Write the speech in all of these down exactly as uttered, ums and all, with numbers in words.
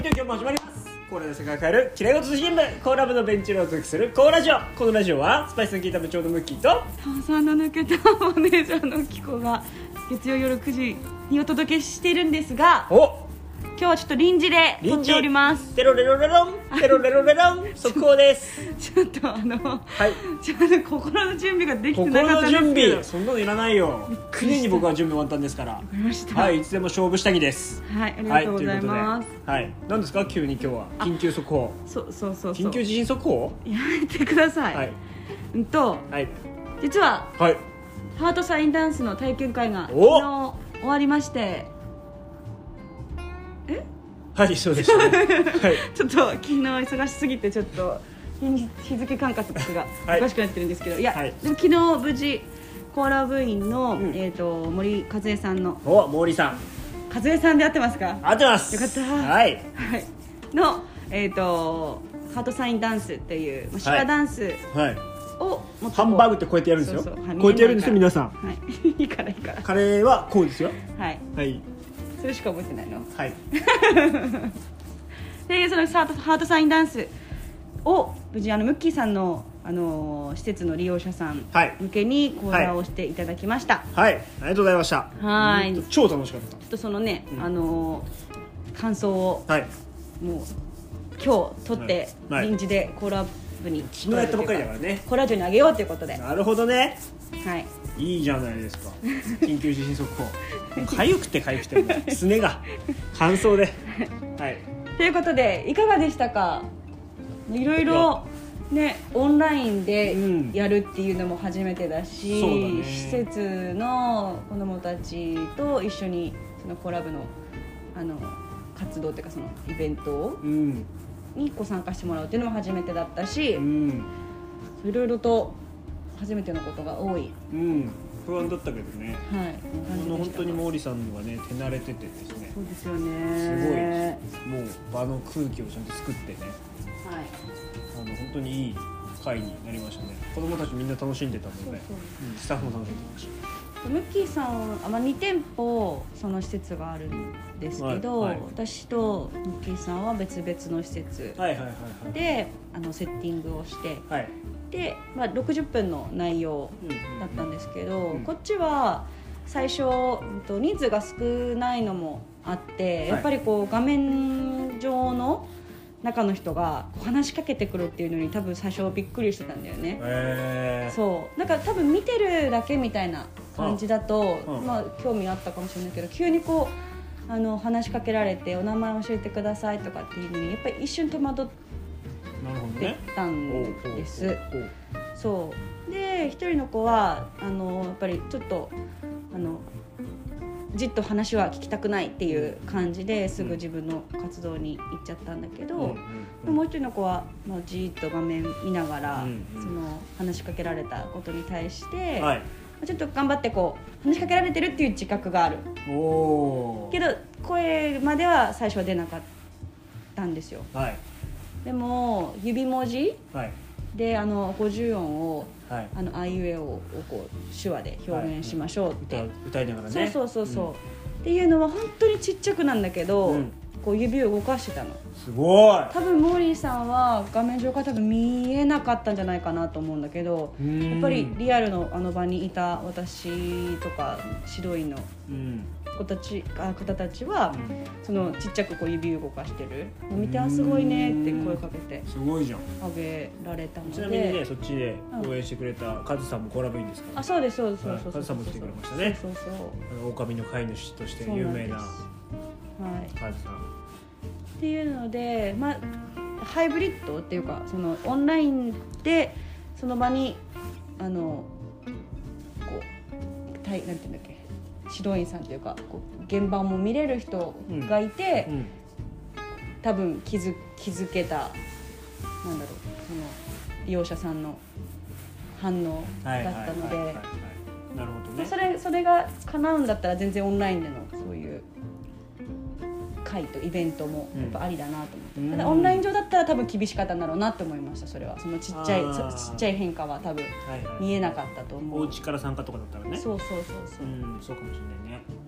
では今日も始まります。コーラで世界を変えるきれいごと新聞、コーラ部のベンチ裏を通気するコーラジオ。このラジオはスパイスの効いた部長のムッキーと炭酸の抜けたマネージャーのキコが月曜夜くじにお届けしているんですが、 お今日はちょっと臨時で撮っております。 テロレロレロンテロレロレロン速報です。 ちょっとあの、 はい、 ちょっと心の準備ができてな心のかったんですけど、 準備そんなのいらないよ。常に僕は準備終わったんですから。わかりました。 はい、いつでも勝負下着です。 はい、ありがとうございます。 はい、はい、何ですか急に今日は緊急速報。 そうそうそうそう、 緊急地震速報やめてください。はい、うんと、はい、実は、はい、ハートサインダンスの体験会が昨日終わりまして、えはいそうですね、はい、 ちょっと昨日忙しすぎてちょっと日, 日付感覚がおかしくなってるんですけど、はい、いや、はい、でも昨日無事コーラ部員の、うん、えー、と森和恵さんのお森さん和恵さんで合ってますか？ 合ってます。 よかった。 はい、 はい、の、えー、とハートサインダンスっていう手話ダンスを、はい、 ハンバーグってこうやってやるんですよ。そうそう、こうやってやるんですよ皆さん。 はい、いいからいいから。 カレーはこうですよ。 はい、 はい、 それしか覚えてないの。 はいでそのハートサインダンスを無事あのムッキーさんの、あのー、施設の利用者さん向けに講座をしていただきました。 はい、はい、ありがとうございました。 はい、 超楽しかった。 ちょっとそのね、うん、あのー、感想を、はい、もう今日取って、はい、臨時でコーラ部に昨日やったばっかりだからね、 コーラジオにあげようということで。 なるほどね。 はい、 いいじゃないですか。緊急地震速報かゆくてかゆくてすねが乾燥ではい、 ということでいかがでしたか？いろいろねオンラインでやるっていうのも初めてだし、うん、だね、施設の子どもたちと一緒にそのコラボの、あの活動っていうかそのイベントにこう参加してもらうっていうのも初めてだったし、うん、いろいろと初めてのことが多い、 うん、不安だったけどね。はい、あの本当に毛利さんはね手慣れててですね。 そうですよね。 すごいもう場の空気をちゃんと作ってね。はい。あの本当にいい会になりましたね。子供たちみんな楽しんでたので、そうそう、うん、スタッフも楽しんでました。 ムッキーさんは、まあ、に店舗その施設があるんですけど、はいはい、私とムッキーさんは別々の施設であのセッティングをして、はい、で、まあ、ろくじゅっぷんの内容だったんですけど、うんうん、こっちは最初人数が少ないのもあって、はい、やっぱりこう画面上の中の人が話しかけてくるっていうのに多分最初びっくりしてたんだよね。へー、そうなんか多分見てるだけみたいな感じだと、うん、まあ、興味あったかもしれないけど、急にこうあの話しかけられてお名前教えてくださいとかっていうのにやっぱり一瞬戸惑ってたんです。そうで一人の子はあのやっぱりちょっとあのじっと話は聞きたくないっていう感じですぐ自分の活動に行っちゃったんだけど、うんうんうん、もう一人の子は、まあ、じっと画面見ながら、うんうん、その話しかけられたことに対して、はい、ちょっと頑張ってこう話しかけられてるっていう自覚がある。おけど声までは最初は出なかったんですよ。はい、でも指文字、はい、であのごじゅう音を、はい、あのあいうえおをこう手話で表現しましょうって、はい、 歌, 歌いながらね。 そうそうそうそう、うん、っていうのは本当にちっちゃくなんだけど、うん、こう指を動かしてたの。 すごい。 多分モーリーさんは画面上から多分見えなかったんじゃないかなと思うんだけど、やっぱりリアルのあの場にいた私とか指導員の子たち、あ方たちは、うん、そのちっちゃくこう指を動かしてるの見て、あすごいねって声かけてすごいじゃんあげられたので。 ちなみにねそっちで応援してくれたカズさんもコラボいいんですか？ あ、そうですそうですそうです、 カズさんも来てくれましたね。 そうそうそう、 あの狼の飼い主として有名なカズさんっていうので、まあ、ハイブリッドっていうかそのオンラインでその場にあのこうなんていうんだっけ指導員さんというかこう現場も見れる人がいて、うんうん、多分気づ、気づけたなんだろうその利用者さんの反応だったので、 なるほどね。 それ、それが叶うんだったら全然オンラインでのそういう会とイベントもやっぱありだなと思って、うん、ただオンライン上だったら多分厳しかったんだろうなと思いました。それはそのちっちゃいちっちゃい変化は多分見えなかったと思う、 はいはい、お家から参加とかだったらね。 そうそうそうそう、 うん、そうかもしれないね。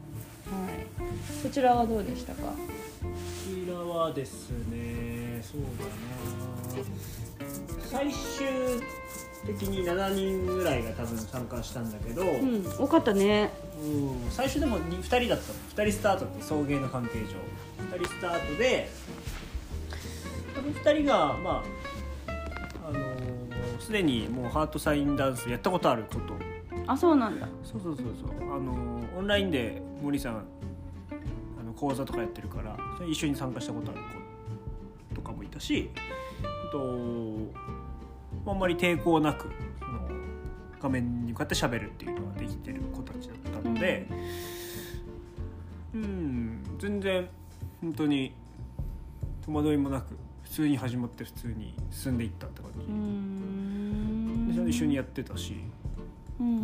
こちらはどうでしたか？こちらはですね、そうだな、最終的にしちにんぐらいが多分参加したんだけど、うん、 多かったね。 うん、最初でもふたりだったの。ふたりスタートって送迎の関係上ふたりスタートで、このふたりがまああのー、すでにもうハートサインダンスやったことあること。 あ、そうなんだ。 そうそうそうそう、あのー、オンラインで森さんあの講座とかやってるから、それ一緒に参加したことある子とかもいたし、あとあんまり抵抗なくその画面に向かって喋るっていうのができてる子たちだったので、うん、うん、全然本当に戸惑いもなく普通に始まって普通に進んでいったって感じ。うーん、でそれ一緒にやってたし、うん、うん、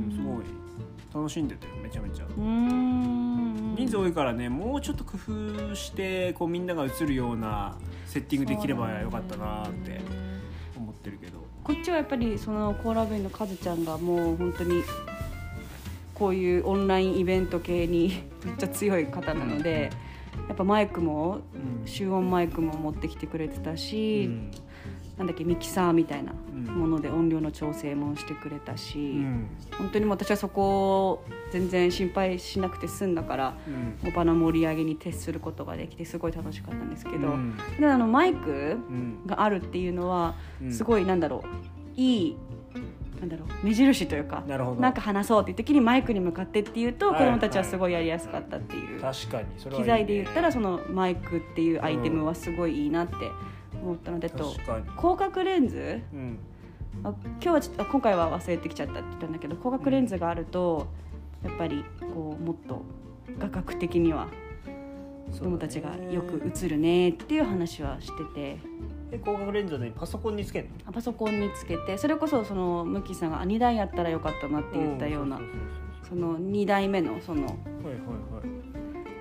すごい楽しんでてめちゃめちゃ。うーん、人数多いからね、もうちょっと工夫してこうみんなが映るようなセッティングできればよかったなって思ってるけど、 こっちはやっぱりそのコーラ部員のカズちゃんがもう本当にこういうオンラインイベント系にめっちゃ強い方なので、やっぱマイクも、うん、集音マイクも持ってきてくれてたし、うん、なんだっけミキサーみたいなもので音量の調整もしてくれたし、うん、本当に私はそこを全然心配しなくて済んだから、うん、場の盛り上げに徹することができてすごい楽しかったんですけど、うん、であのマイクがあるっていうのはすごいなんだろう、いいなんだろう目印というか、 な, なんか話そうっていう時にマイクに向かってっていうと、子どもたちはすごいやりやすかったっていう、 確かにそれはいいね、 機材で言ったらそのマイクっていうアイテムはすごいいいなって思ったので、うん、と広角レンズ、うん、あ今日はちょっと今回は忘れてきちゃったって言ったんだけど、広角レンズがあるとやっぱりこうもっと画角的には子どもたちがよく映るねっていう話はしてて、 え広角レンズでパソコンにつけるの？ パソコンにつけて、それこそそのムッキーさんがにだいやったらよかったなって言ったような、そのにだいめのその、はいはいはい、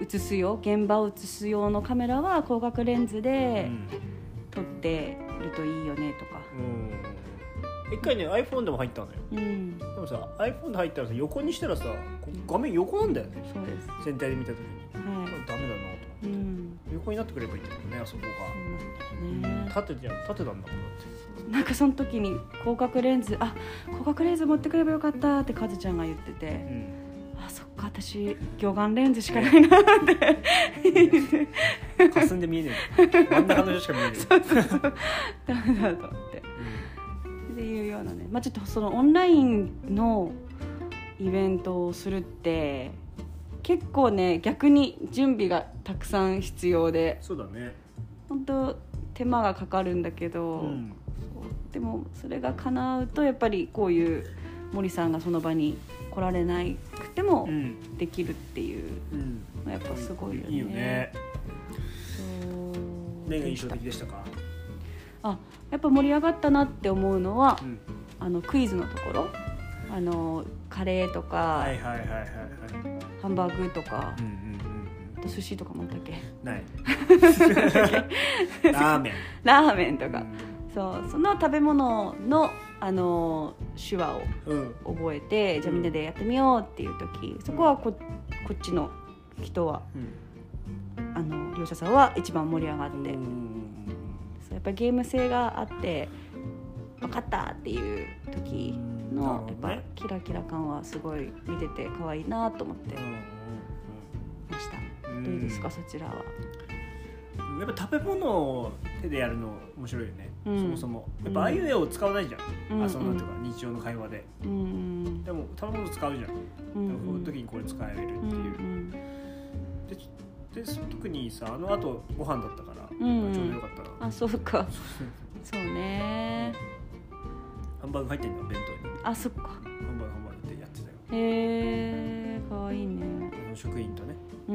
映す用現場を映す用のカメラは広角レンズで撮ってるといいよねとか、 うん、一回ね iPhone でも入ったのよ、うん、でもさ iPhone で入ったらさ横にしたらさ画面横なんだよね。そうです、全体で見た時に、はい、ダメだなと思って、うん、横になってくればいいんだけどね、あそこが。そうなんだね、縦じゃん、縦なんだもんだって。 なんかその時に広角レンズ、あ広角レンズ持ってくればよかったってカズちゃんが言ってて、うん、あそっか私魚眼レンズしかないなって言って、霞んで見えねえ真ん中の人しか見えねえそうそうそうダメだと思って、うん、っていうようなね、まあちょっとそのオンラインのイベントをするって結構ね逆に準備がたくさん必要で、 そうだね、 本当手間がかかるんだけど、うん、でもそれが叶うとやっぱりこういう森さんがその場に来られなくてもできるっていう、うん、やっぱすごいよね。 いいよね。何が印象的でしたか？ あ、やっぱ盛り上がったなって思うのは、うん、あのクイズのところ、あのカレーとか、はいはいはいはい、ハンバーグとか、うんうんうん、と寿司とかもあったっけ？ ないラーメンラーメンとか、うん、そうその食べ物のあの手話を覚えて、うん、じゃあみんなでやってみようっていう時、うん、そこは こ, こっちの人は、うん、あの両者さんは一番盛り上がって、うん、そうやっぱゲーム性があって分かったっていう時の、ね、やっぱキラキラ感はすごい見てて可愛いなと思ってました、うん、どうですかそちらは？ やっぱ食べ物を手でやるの面白いよね、うん、そもそもやっぱああいう絵を使わないじゃん、うん、あそのなんていうか日常の会話で、うん、でも食べ物使うじゃん、うん、この時にこれ使えるっていう、うん、で, で特にさあの後ご飯だったから、うん、ちょうどよかったな。 あ、そうかそうね、 ハンバーグ入ってんだ弁当に。 あ、そっか、 ハンバーグハンバーグってやってたよ。 へー、かわいいね。 職員とね、うん、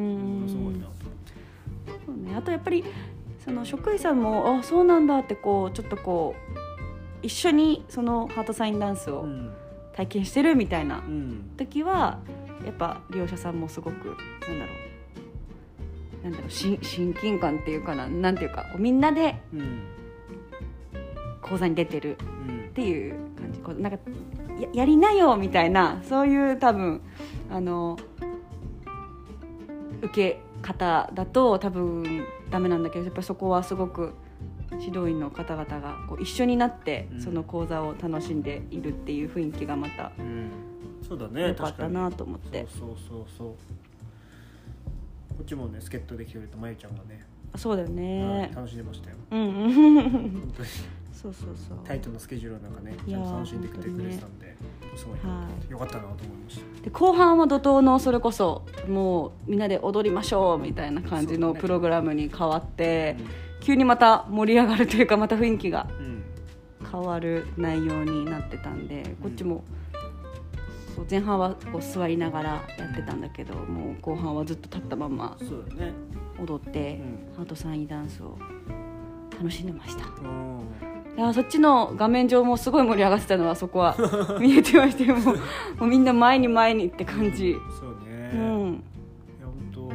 すごいなと思って。 そうね、あとやっぱりその職員さんもあそうなんだってこうちょっとこう一緒にそのハートサインダンスを体験してるみたいな時は、うん、やっぱ利用者さんもすごくなんだろうなんだろうし親近感っていうかな、なんていうかみんなで講座に出てるっていう感じ、こうなんか や, やりなよみたいな、そういう多分あの受け方だと多分ダメなんだけど、やっぱりそこはすごく指導員の方々がこう一緒になってその講座を楽しんでいるっていう雰囲気がまたそうだね、 良かったなと思って。 そうそうそうそう、こっちもね助っ人で来てくれたまゆちゃんがね、 そうだよね、 楽しんでましたよ。 うんうん本当にそうそうそう、 タイトなスケジュールの中ねちゃんと楽しんでくれてくれてたんで、ね、すごい良かったなと思いました。 で後半は怒涛のそれこそもうみんなで踊りましょうみたいな感じのプログラムに変わって、ね、うん、急にまた盛り上がるというか、また雰囲気が変わる内容になってたんで、うん、こっちもそう前半はこう座りながらやってたんだけど、もう後半はずっと立ったまま踊って、うん、ハートサインダンスを楽しんでました。いやそっちの画面上もすごい盛り上がってたのはそこは見えてましたよ。もう、もうみんな前に前にって感じ。 そうね、 うん、 いや本当そうだ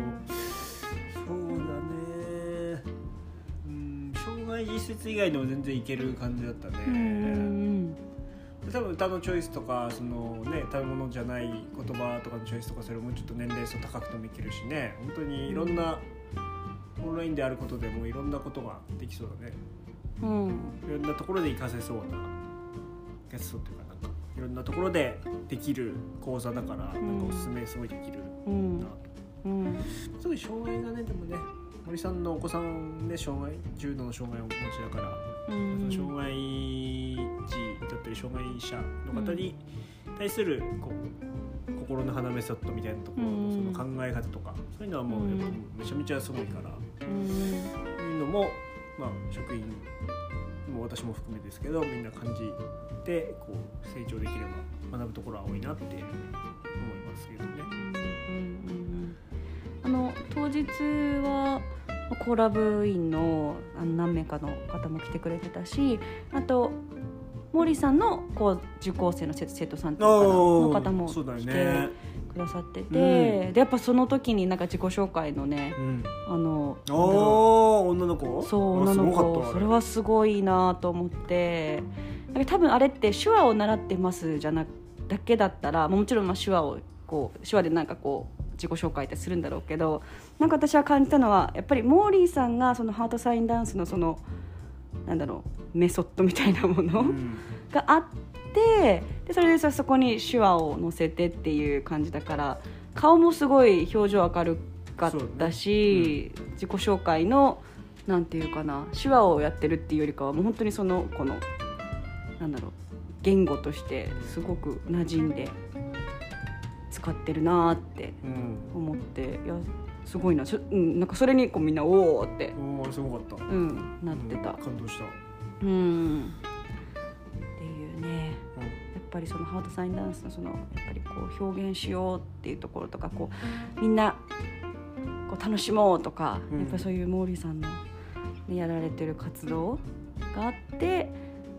ね、うん、障害児施設以外でも全然いける感じだったね。うん、多分歌のチョイスとかその、ね、食べ物じゃない言葉とかのチョイスとか、それもちょっと年齢層高くてもいけるしね、本当にいろんなオンラインであることでもいろんなことができそうだね。うん、いろんなところで活かせそうな、活かせそうっていうか、なんかいろんなところでできる講座だから、うん、なんかおすすめすごいできるなと、うんうん、すごい障害がね、でもね森さんのお子さんね障害重度の障害をお持ちだから、うん、障害児だったり障害者の方に対するこう心の花メソッドみたいなところのその考え方とか、そういうのはもうやっぱめちゃめちゃすごいから、うん、そういうのもまあ、職員も私も含めですけどみんな感じてこう成長できれば学ぶところは多いなって思いますけどね。うんうんうん、 あの当日はコーラ部員の何名かの方も来てくれてたし、あと森さんのこう受講生の生徒さんとかの方も来てくださってて、うん、でやっぱその時になんか自己紹介のね、うん、あのお女の子そう女の子それはすごいなと思って、なんか多分あれって手話を習ってますじゃなだけだったらもちろんまあ手話をこう手話でなんかこう自己紹介ってするんだろうけど、なんか私は感じたのはやっぱりモーリーさんがそのハートサインダンスのそのなんだろうメソッドみたいなもの、うん、があってでそれでそこに手話を乗せてっていう感じだから、顔もすごい表情明るかったし、ね、うん、自己紹介のなんていうかな手話をやってるっていうよりかはもう本当にそのこのなんだろう言語としてすごく馴染んで使ってるなって思って、うん、いやすごいな、うん、なんかそれにこうみんなおーっておーすごかった、 うん、なってた、 うん、感動した、 うん、っていうね、うん、やっぱりそのハートサインダンスのそのやっぱりこう表現しようっていうところとかこうみんなこう楽しもうとか、うん、やっぱりそういうモーリーさんの、ね、やられてる活動があって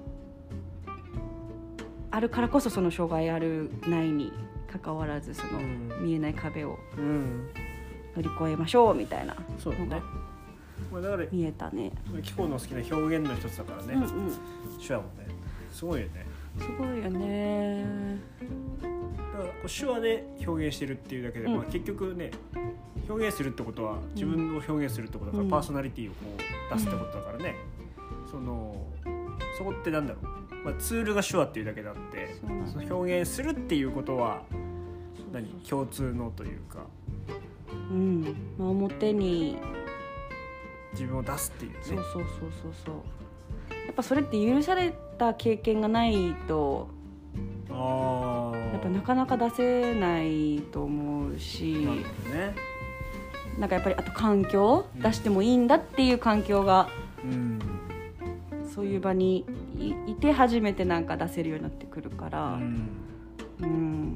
あるからこそその障害あるないに関わらずその見えない壁を乗り越えましょうみたいなのが見えたね。 キコの好きな表現の一つだからね、うんうん、手話もねすごいよね。 すごいよね。 だからこう手話で表現してるっていうだけで、うんまあ、結局ね表現するってことは自分を表現するってことだから、うん、パーソナリティをこう出すってことだからね、うん、そのそこってなんだろう、まあ、ツールが手話っていうだけであってその表現するっていうことは何共通のというか、 うんまあ、表に自分を出すっていうね。 そうそうそうそうそう。やっぱそれって許された経験がないとあやっぱなかなか出せないと思うし、なるほどね。なんかやっぱりあと環境、うん、出してもいいんだっていう環境が、うん、そういう場に い, いて初めてなんか出せるようになってくるから、うんうん、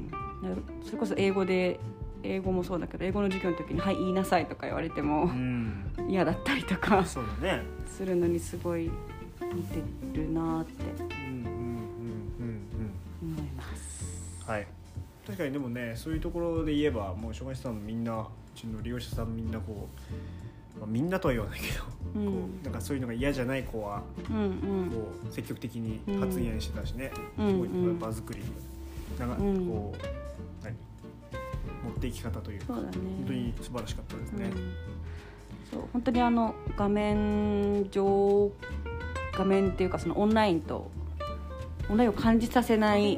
それこそ英語で英語もそうだけど英語の授業の時にはい言いなさいとか言われても、うん、嫌だったりとかそうだ、ね、するのにすごい似てるなって思います。 はい、確かにでもねそういうところで言えばもう障害者さんもみんなうちの利用者さんみんなこう、まあ、みんなとは言わないけど、うん、こうなんかそういうのが嫌じゃない子は、うんうん、こう積極的に発言してたしね、うん、すごい場作りなんかこう、うん、何もっっていき方というか、 そうだね、 本当に素晴らしかったですね、うん、 そう本当にあの画面上画面っていうかそのオンラインとオンラインを感じさせないい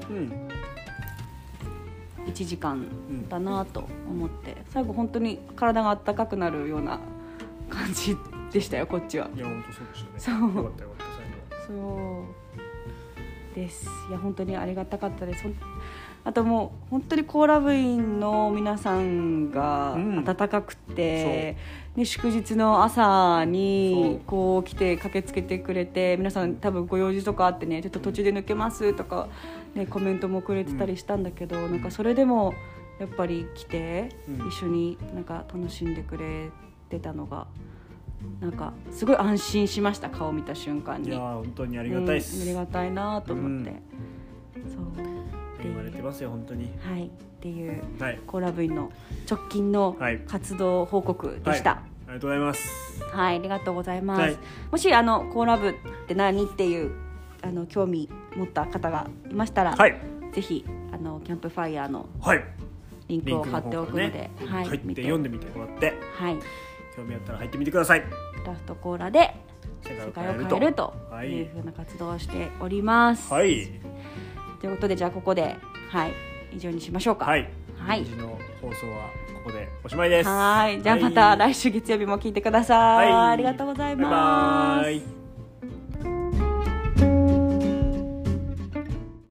ちじかんだなと思って、うん、最後本当に体が温かくなるような感じでしたよこっちは。 いや本当そうでしたね。そうよかったよかった最後は。 そうです。いや本当にありがたかったです。あともう本当にコーラ部員の皆さんが温かくて、うんね、祝日の朝にこう来て駆けつけてくれて、皆さん多分ご用事とかあってねちょっと途中で抜けますとか、ね、コメントもくれてたりしたんだけど、うん、なんかそれでもやっぱり来て一緒になんか楽しんでくれてたのがなんかすごい安心しました。顔見た瞬間に。 いや本当にありがたいです、 うん、ありがたいなと思って、うん、そう言われてますよ本当に。 はい、っていう、 はい、 コーラ部員の直近の活動報告でした、はいはい、 ありがとうございます。 はい、ありがとうございます、はい、もしあのコーラ部って何っていうあの興味持った方がいましたら、はい、ぜひあのキャンプファイヤーのリンクを貼っておくので、ね、 はい、入って読んでみてもらって、 はい、 興味あったら入ってみてください。 クラフトコーラで世界を変えるというふうな活動をしております、はい、ということでじゃあここで、はい、以上にしましょうか。 はい、はい、本日の放送はここでおしまいです。 はい、じゃあまた来週月曜日も聞いてください、はい、ありがとうございます。 バイバイ。